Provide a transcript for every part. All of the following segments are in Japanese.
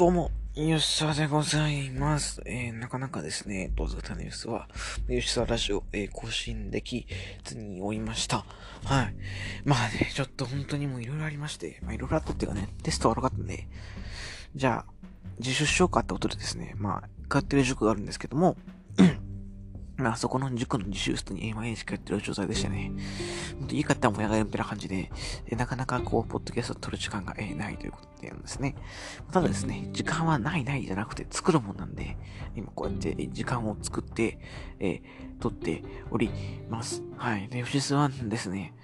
どうも、吉沢でございます。なかなかですね、どうぞたニュースは、吉沢ラジオ、更新できずにおりました。はい。まあね、ちょっと本当にもういろいろありまして、いろいろあったっていうかね、テスト悪かったんで、じゃあ、自習しようかってことでですね、通ってる塾があるんですけども、そこの塾の自習室に毎日通ってる状態でしてね、ほんと家帰ったらもやがるみたいな感じで、なかなかポッドキャストを撮る時間が、ないということなんですね。ただですね、時間はないじゃなくて作るもんなんで、今こうやって時間を作って、撮っております。はい。で、吉須はですね、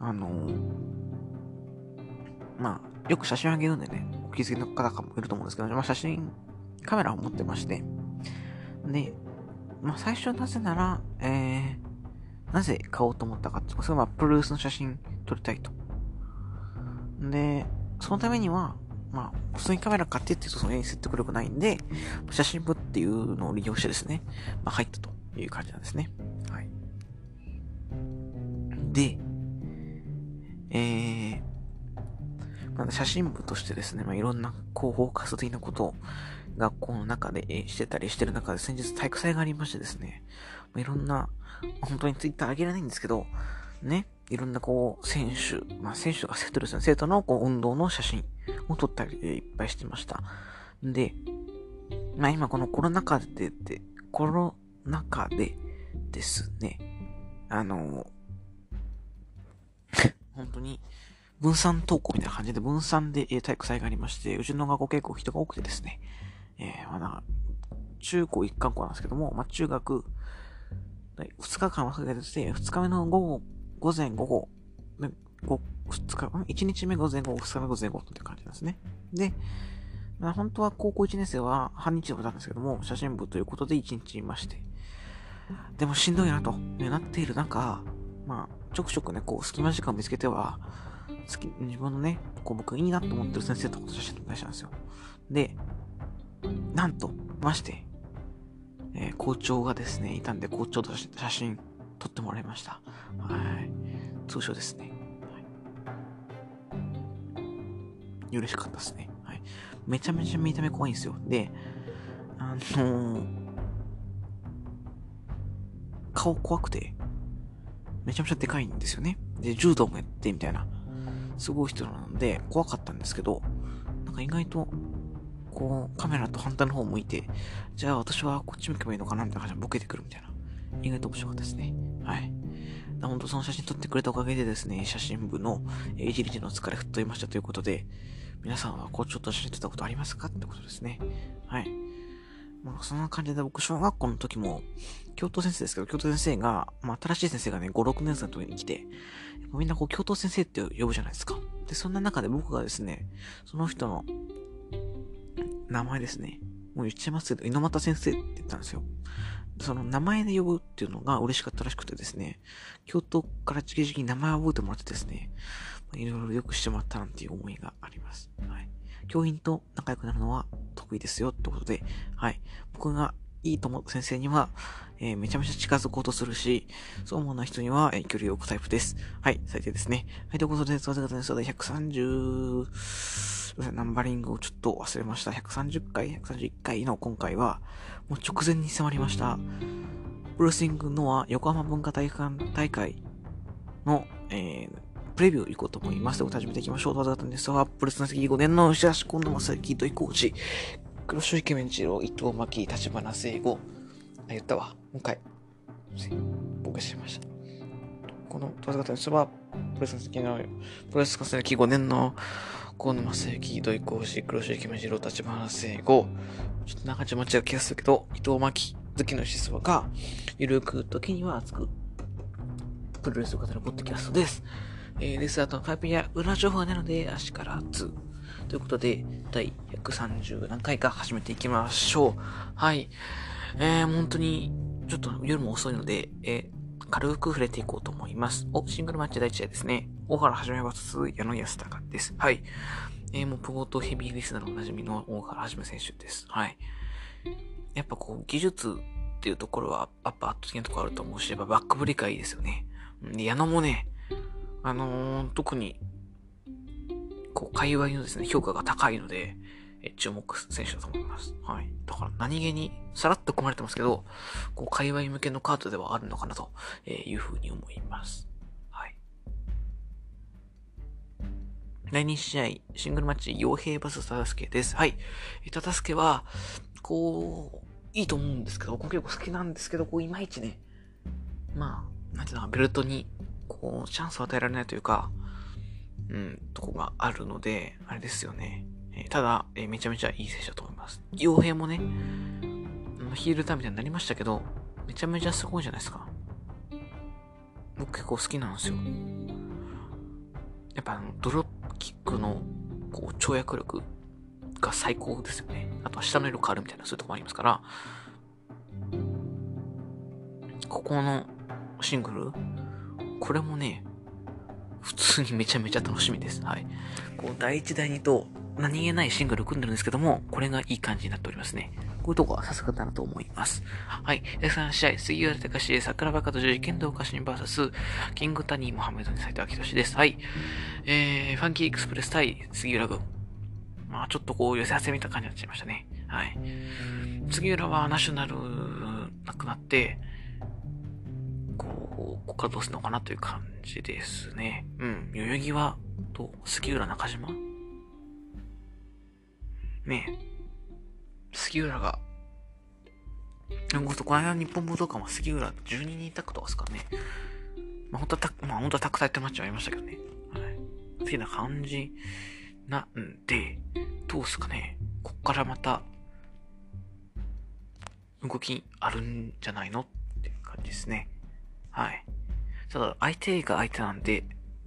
よく写真をあげるんでね、お気づきの方もいると思うんですけど、写真、カメラを持ってまして、で、最初なぜなら、なぜ買おうと思ったかっていうと、それはプロレスの写真撮りたいと。で、そのためには、普通にカメラ買ってって言うとその説得力ないんで、写真部っていうのを利用してですね、入ったという感じなんですね。はい。で、写真部としてですね、いろんな広報活動的なことを学校の中でしてる中で先日体育祭がありましてですね、いろんな、本当にツイッター上げられないんですけど、ね、いろんな選手とか生徒ですね、生徒の運動の写真を撮ったりいっぱいしてました。で、今このコロナ禍でですね、本当に、分散登校みたいな感じで分散で体育祭がありまして、うちの学校結構人が多くてですね、中高一貫校なんですけども、中学、2日間分けてて、2日目の午前午後、1日目午前午後、2日目午前午後っていう感じなんですね。で、本当は高校1年生は半日だったんですけども、写真部ということで1日いまして、でもしんどいなと、なっている中、ちょくちょくね、隙間時間を見つけては、自分のね、僕いいなと思ってる先生と写真撮ったりしたんですよ。で、なんと、校長がですね、いたんで、校長と写真撮ってもらいました。はい。通称ですね。はい。嬉しかったですね。はい。めちゃめちゃ見た目怖いんですよ。で、顔怖くて、めちゃめちゃでかいんですよね。で、柔道もやってみたいな、すごい人なので、怖かったんですけど、意外と、カメラと反対の方を向いて、じゃあ私はこっち向けばいいのかなみたいな感じでボケてくるみたいな。意外と面白かったですね。はい。本当その写真撮ってくれたおかげでですね、写真部の一日の疲れ吹っ飛びましたということで、皆さんはちょっと写真撮ったことありますかってことですね。はい。そんな感じで僕、小学校の時も、教頭先生ですけど、教頭先生が、新しい先生がね、5、6年生の時に来て、みんな教頭先生って呼ぶじゃないですか。で、そんな中で僕がですね、その人の名前ですね。もう言っちゃいますけど、猪俣先生って言ったんですよ。その名前で呼ぶっていうのが嬉しかったらしくてですね、教頭から直々に名前を覚えてもらってですね、いろいろ良くしてもらったなんていう思いがあります。はい。教員と仲良くなるのは得意ですよってことで、はい。僕がいいと思う先生には、めちゃめちゃ近づこうとするし、そう思わない人には、距離を置くタイプです。はい、最低ですね。はい、ということで、それでは130、ナンバリングをちょっと忘れました。130回、131回の今回は、もう直前に迫りました。プロレスリングノア横浜文化体育館大会の、プレビュー行こうと思います。始めていきましょう。どうぞですが、プロレスの関5年の吉橋今度正幸、土井浩二、黒潮イケメン二郎、伊藤真希、立花聖吾。言ったわ。もう一回。僕しました。この、どうぞですが、プロレスの関の、プロレスの関5年の河野正幸、土井浩二、黒潮イケメン二郎、立花聖吾。ちょっと長々違う気がするけど、伊藤真希、好きの思想が、ゆるく時には熱く、プロレスを語るポッドキャストです。レスアートのパイプや裏情報がないので、足から2。ということで、第130何回か始めていきましょう。はい。本当に、ちょっと夜も遅いので、軽く触れていこうと思います。シングルマッチ第1試合ですね。大原はじめ VS 矢野安隆です。はい。もうプゴートヘビーリスナーのおなじみの大原はじめ選手です。はい。やっぱ技術っていうところは、圧倒的なところあると思うし、やっぱバックブリカーいいですよね。で、矢野もね、特に、界隈のですね、評価が高いので、 注目選手だと思います。はい。だから何気にさらっと組まれてますけど、界隈向けのカードではあるのかなというふうに思います。はい。第2試合、シングルマッチ、傭兵 VS タタスケです。はい。タタスケは、いいと思うんですけど、僕結構好きなんですけど、いまいちね、なんていうのか、ベルトに、チャンスを与えられないというか、とこがあるので、あれですよね。ただ、めちゃめちゃいい選手だと思います。傭兵もね、ヒールターンみたいになりましたけど、めちゃめちゃすごいじゃないですか。僕結構好きなんですよ。やっぱドロップキックの、跳躍力が最高ですよね。あとは下の色変わるみたいな、そういうとこもありますから、ここのシングル、これもね、普通にめちゃめちゃ楽しみです。はい。第1、第2と何気ないシングルを組んでるんですけども、これがいい感じになっておりますね。こういうとこはさすがだなと思います。はい。第3試合、杉浦隆桜庭和樹、剣道家臣 VS、キングタニー・モハメドに斉藤明俊です。はい。ファンキーエクスプレス対杉浦軍。ちょっと寄せ合わせみたいな感じになっちゃいましたね。はい。杉浦はナショナルなくなって、ここからどうするのかなという感じですね。代々木はと杉浦中島ねえ。杉浦が、この間の日本武道館は杉浦12人タッグとかですからね。本当はタッグタイトルマッチはありましたけどね。はい。好きな感じなんで、どうすかね。こっからまた、動きあるんじゃないのっていう感じですね。はい。ただ、相手が相手なんで、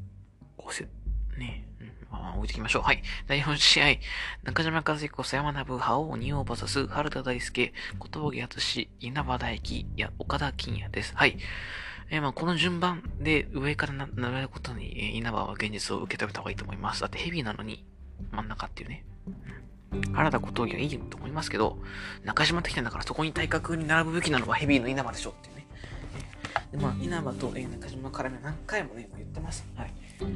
置いていきましょう。はい。第4試合、中島和彦、佐山信、覇王二王 VS、原田大輔、小峠敦、稲葉大輝、岡田金也です。はい。この順番で上から並べることに、稲葉は現実を受け止めた方がいいと思います。だってヘビーなのに真ん中っていうね。原田小峠はいいと思いますけど、中島ってきてんだからそこに対角に並ぶべきなのはヘビーの稲葉でしょっていうね。で稲葉と、中島の絡みは何回もね、言ってます。はい。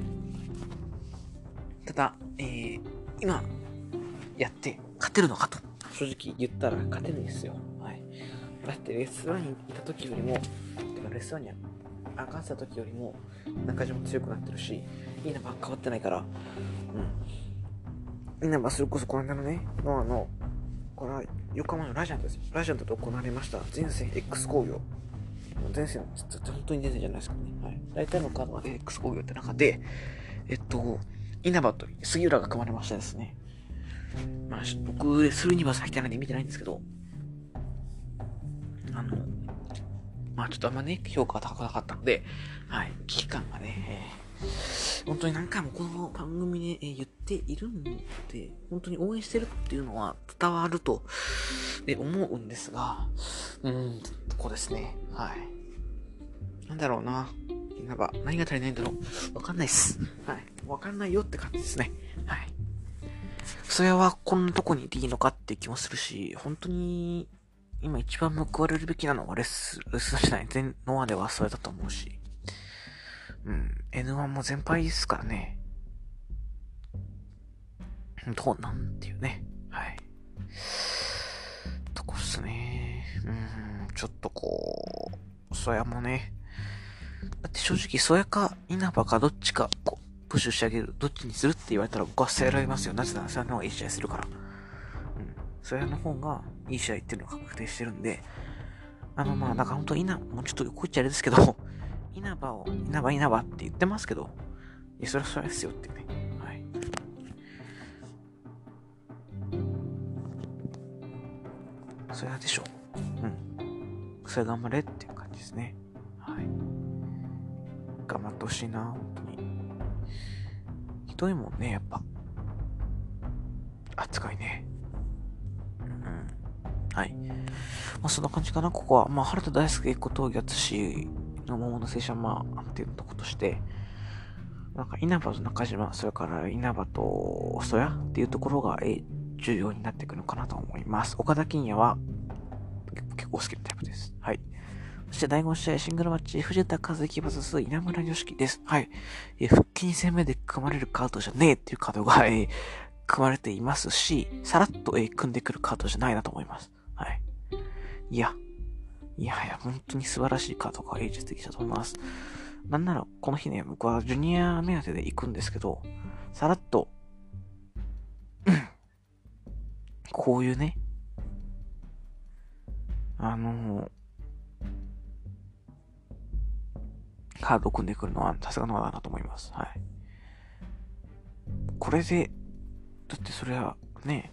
ただ、今、やって勝てるのかと、正直言ったら勝てないですよ。はい。だってレスラーにいた時よりも、レスラーに上がってた時よりも、中島強くなってるし、稲葉変わってないから、稲葉それこそこの間のね、これは横浜のラジャントですよ。ラジャントと行われました前線 X 工業。前線、本当に前線じゃないですかね。はい。大体のカードは X 工業って中で、稲葉と杉浦が組まれましたですね。僕、レスルユニバース入ってないんで見てないんですけど、ちょっとあんまね、評価が高くなかったので、はい、危機感がね、本当に何回もこの番組で、言っているんで、本当に応援してるっていうのは伝わると、思うんですが、こうですね、はい。なんだろうな。何が足りないんだろう。わかんないっす。はい。わかんないよって感じですね。はい。それはこんなとこにいていいのかっていう気もするし、本当に、今一番報われるべきなのはレスじゃない、全ノアではそれだと思うし。N1 も全敗ですからね。どうなんていうね。はい。とこっすね。ちょっとそやもね。だって正直、そやか稲葉かどっちか、プッシュしてあげる。どっちにするって言われたら僕はそやられますよ。なぜならそやの方がいい試合するから。そやの方がいい試合っていうのが確定してるんで、なんか本当もうちょっとこいっちゃあれですけど、稲葉って言ってますけど、いや、それはそれですよっていうね。はい。それはでしょ。それ頑張れっていう感じですね。はい。頑張ってほしいな、本当に。ひどいもんね、やっぱ。扱いね。はい。そんな感じかな、ここは。原田大輔小峠敦の桃の青春っていうとことして、なんか稲葉と中島、それから稲葉と曽谷っていうところが、重要になってくるのかなと思います。岡田金也は結構好きなタイプです。はい。そして第5試合シングルマッチ、藤田和樹 VS 稲村良樹です。はい。復帰2戦目で組まれるカードじゃねえっていうカードが、 組まれていますし、さらっと、組んでくるカードじゃないなと思います。はい。いや、本当に素晴らしいカードが演出できたと思います。なんなら、この日ね、僕はジュニア目当てで行くんですけど、さらっと、こういうね、カードを組んでくるのはさすがのだなと思います。はい。これで、だってそれはね、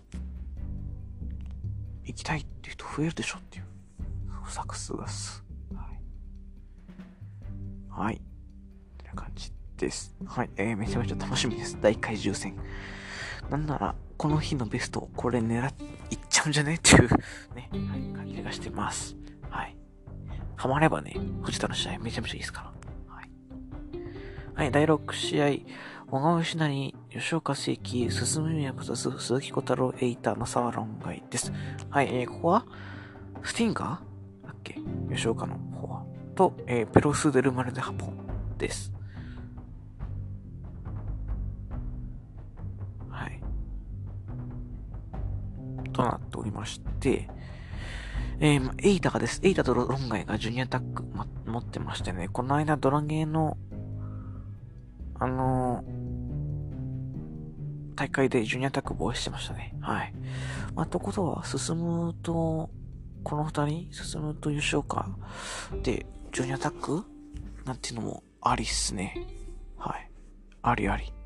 行きたいっていう人増えるでしょっていう。サクスがす。はい。はい。という感じです。はい。めちゃめちゃ楽しみです。第1回重戦。なんなら、この日のベスト、これ狙っちゃうんじゃねっていうね、はい、感じがしてます。はい。ハマればね、藤田の試合めちゃめちゃいいですから。はい。はい、第6試合、小川義成、吉岡聖輝、進む宮プラス、鈴木小太郎、エイターの沢論外です。はい、ここは、スティンガーだっけ吉岡の方は。と、ペロスデルマルデハポンです。はい。となっておりまして、エイタがです。エイタとロンガイがジュニアタック、持ってましてね、この間ドラゲーの、大会でジュニアタック防衛してましたね。はい。とことは、進むと、この二人、進むと吉岡で、ジュニアタックなんていうのもありっすね。はい。ありあり。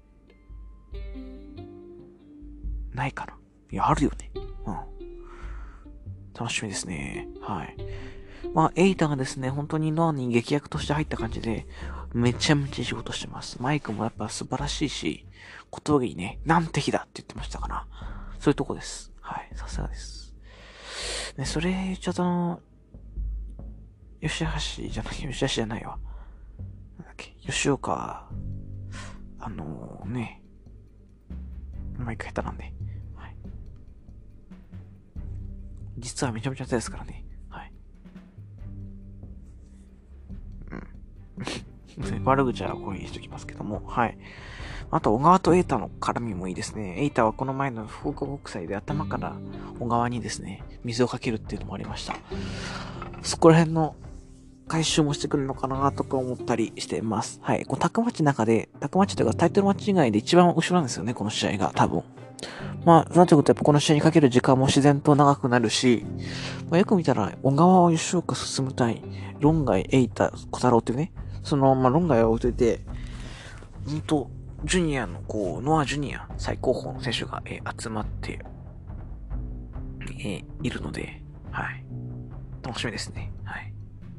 ないかな。いや、あるよね。うん。楽しみですね。はい。エイタがですね、本当にノアに劇薬として入った感じで、めちゃめちゃ仕事してます。マイクもやっぱ素晴らしいし、小峠にね、なんて日だって言ってましたから、そういうとこです。はい、さすがです。ね、それ、ちょっと吉橋じゃないわ。なんだっけ、吉岡、マイク下手なんで、はい。実はめちゃめちゃ下手ですからね。はい。悪口はこういうにしときますけども、はい。あと、小川とエイタの絡みもいいですね。エイタはこの前の福岡国際で頭から小川にですね、水をかけるっていうのもありました。そこら辺の回収もしてくるのかなとか思ったりしてます。はい。このタックマッチの中で、タックマッチというかタイトルマッチ以外で一番後ろなんですよね、この試合が、多分。なんていうことやっぱこの試合にかける時間も自然と長くなるし、よく見たら、小川吉岡進む対、論外、エイタ、小太郎っていうね、論外を置いといて、ジュニアの、ノアジュニア最高峰の選手が、集まって、いるので、はい。楽しみですね。はい。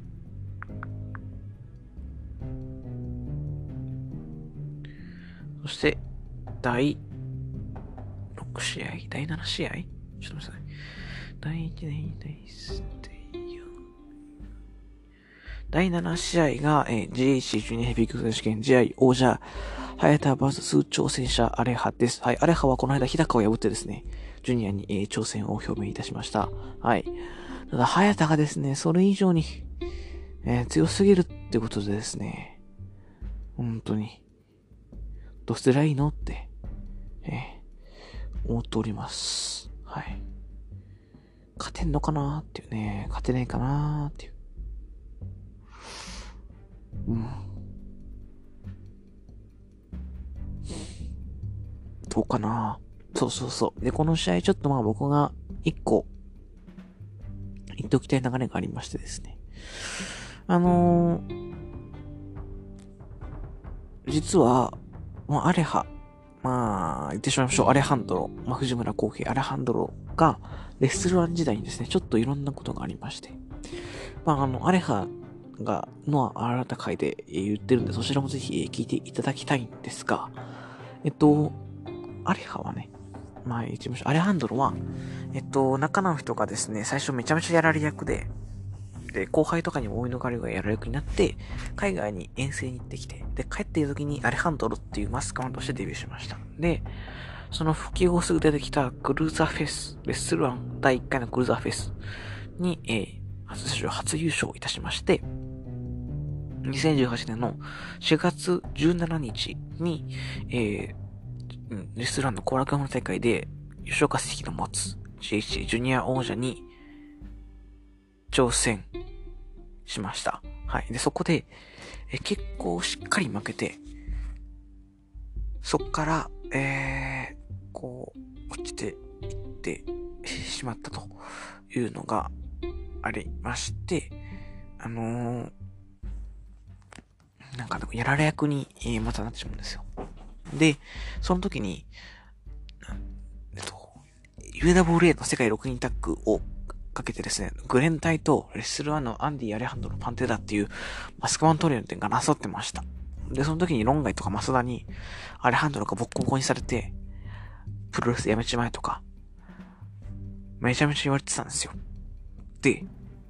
そして、第6試合第7試合ちょっと待ってください。第1、第2、第3、第7試合が、GHC ジュニアヘビー級選手権試合王者、早田 VS 挑戦者アレハです。はい、アレハはこの間日高を破ってですね、ジュニアに、挑戦を表明いたしました。はい。ただ、早田がですね、それ以上に、強すぎるってことでですね、本当に、どうすりゃいいのって、思っております。はい。勝てんのかなーっていうね、勝てねえかなーっていう。どうかな。そう。で、この試合ちょっと僕が一個言っておきたい流れがありましてですね。実は、アレハ、言ってしまいましょう。アレハンドロ、藤村康平、アレハンドロが、レスルワン時代にですね、ちょっといろんなことがありまして。アレハが、新た回で言ってるんで、そちらもぜひ聞いていただきたいんですが、アレハはね、一応アレハンドロは、中の人がですね、最初めちゃめちゃやられ役で、後輩とかにも追い抜かれるがやられ役になって、海外に遠征に行ってきて、で、帰っている時にアレハンドロっていうマスカマンとしてデビューしました。で、その復帰後すぐ出てきたクルーザーフェス、レッスルワン第1回のクルーザーフェスに、初優勝いたしまして、2018年の4月17日に、 レストランの後楽園大会で、吉岡関の持つ GHC ジュニア王者に挑戦しました。はい。で、そこで、結構しっかり負けて、そっから、落ちていってしまったというのがありまして、なんかやられ役に、またなってしまうんですよ。で、その時に、UWA の世界6人タッグをかけてですね、グレンタイとレッスル1のアンディ・アレハンドロ・パンテダっていうマスクマントリオンって争ってました。で、その時にロンガイとかマスダにアレハンドロがボッコボコにされて、プロレスやめちまえとか、めちゃめちゃ言われてたんですよ。で、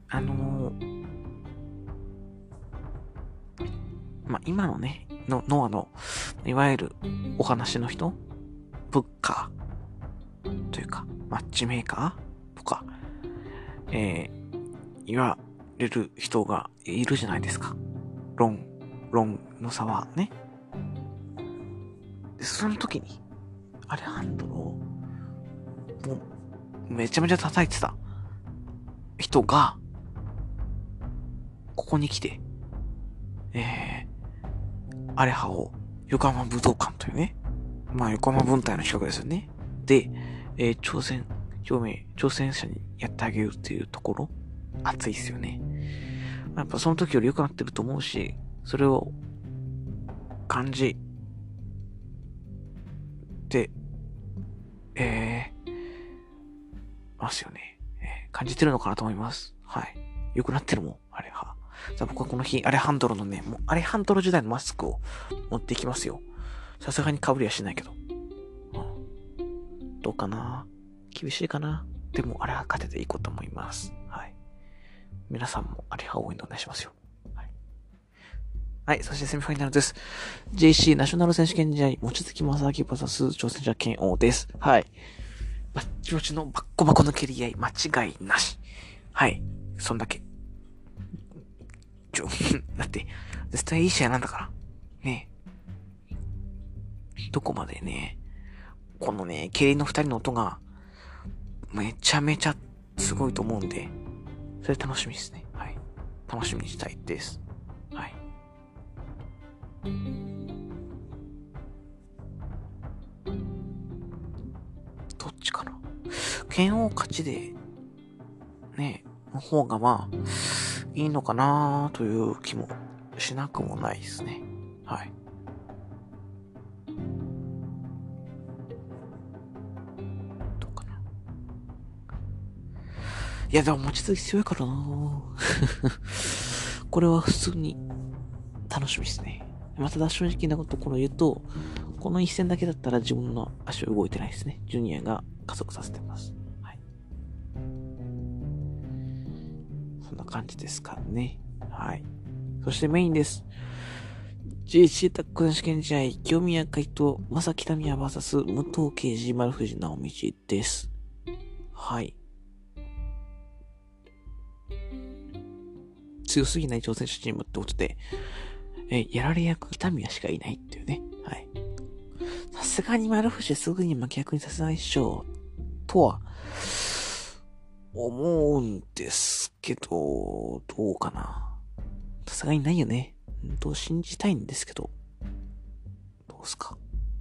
今のね、ノアの、いわゆるお話の人、ブッカーというか、マッチメーカーとか、言われる人がいるじゃないですか。ロンの差はね。で、その時に、アレハンドロを、もう、めちゃめちゃ叩いてた人が、ここに来て、アレハを横浜武道館というね、横浜分隊の近くですよね。で、挑戦者にやってあげるっていうところ、熱いっすよね。やっぱその時より良くなってると思うし、それを感じて、ますよね。感じてるのかなと思います。はい。良くなってるもん、あれは。じゃあ僕はこの日、アレハンドロのね、もうアレハンドロ時代のマスクを持っていきますよ。さすがに被りはしないけど。どうかな？厳しいかな？でも、あれは勝てていこうと思います。はい。皆さんもアレハ応援でお願いしますよ。はい。はい、そしてセミファイナルです。JC ナショナル選手権試合、望月正明 VS 挑戦者剣王です。はい。バッチバチのバッコバコの蹴り合い、間違いなし。はい。そんだけ。だって、絶対いい試合なんだから。ね。どこまでね、このね、蹴りの二人の音が、めちゃめちゃすごいと思うんで、それ楽しみですね。はい。楽しみにしたいです。はい。どっちかな。剣王勝ちで、ね、の方がいいのかなという気もしなくもないですね。はい。どうかな。いや、でも望月強いからなこれは普通に楽しみですね。また正直なところ言うと、この一戦だけだったら自分の足は動いてないですね。ジュニアが加速させてます。はい。そんな感じですかね。はい。そしてメインです。GHC タック選手権試合、清宮海斗、正木民也 VS 武藤敬司、丸藤直道です。はい。強すぎない挑戦者チームってことで、やられ役北宮しかいないっていうね。はい。さすがに丸藤すぐに巻き役にさせないっしょ、とは、思うんですけど、どうかな。さすがにないよね。と信じたいんですけど、どうすか。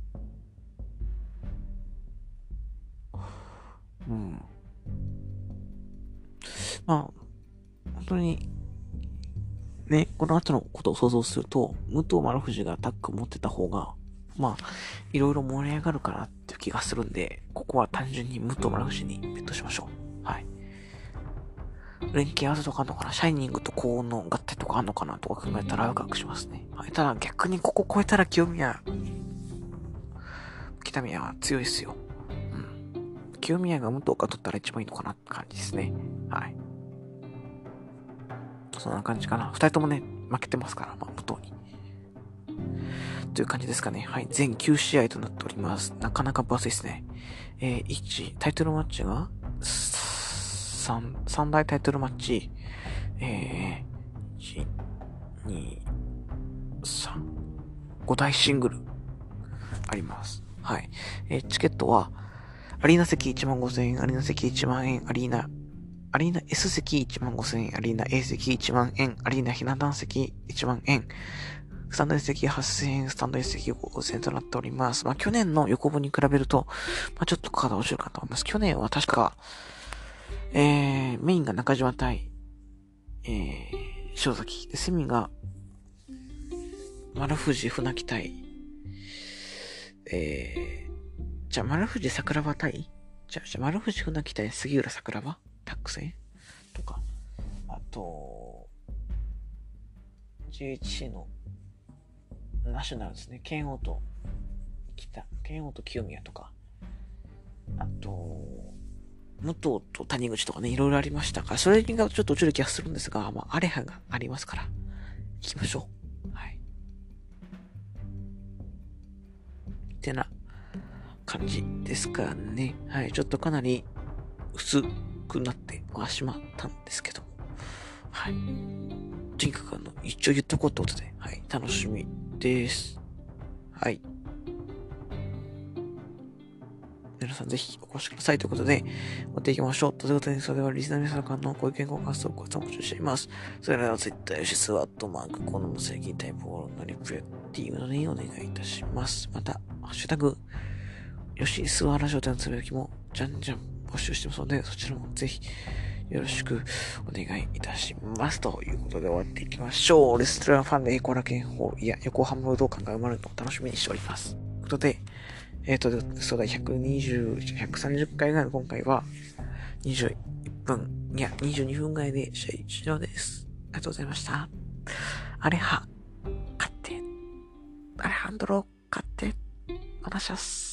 本当に、ね、この後のことを想像すると、武藤丸藤がタッグ持ってた方が、いろいろ盛り上がるかなっていう気がするんで、ここは単純に武藤丸藤にベットしましょう。はい。連携技とかあんのかな、シャイニングと高音の合体とかあんのかなとか考えたらワクワクしますね。はい。ただ逆にここ超えたら北宮は強いっすよ。清宮が武藤が取ったら一番いいのかなって感じですね。はい。そんな感じかな。二人ともね、負けてますから、武藤に。という感じですかね。はい。全9試合となっております。なかなか分厚いですね。1、タイトルマッチが、3大タイトルマッチ、1、2、3、5大シングル、あります。 はい。チケットは、アリーナ席15,000円、アリーナ席1万円、アリーナ S 席15,000円、アリーナ A 席1万円、アリーナひな壇席1万円、スタンド S 席8,000円、スタンド S 席5,000円となっております。去年の横分に比べると、ちょっと価格が落ちるかと思います。去年は確か、メインが中島対、塩崎。で、セミが、丸藤船木対、丸藤桜庭対丸藤船木対杉浦桜庭タック戦とか、あと、GHC のナショナルですね。剣王と清宮とか、あと、武藤と谷口とかね、いろいろありましたから、それがちょっと落ちる気がするんですが、アレハがありますから、行きましょう。はい。ってな感じですかね。はい。ちょっとかなり薄くなってはしまったんですけども。はい。とにかく一応言っとこうってことで、はい。楽しみです。はい。皆さんぜひお越しくださいということで、終わっていきましょう。ということで、それではリスナーの皆様からのご意見ご感想ご参考しています。それではツイッターよしスワットマーク、この無制限タイプのリプレティーのにお願いいたします。また、ハッシュタグ、よしスワラジオでのつぶやきもじゃんじゃん募集してますので、そちらもぜひよろしくお願いいたします。ということで終わっていきましょう。レストランファンでコラケンホールや横浜武道館が生まれるのを楽しみにしております。ということで、そうだ、130回ぐらいの今回は、21分、いや、22分ぐらいで試合終了です。ありがとうございました。アレハンドロ、勝って、お願いします。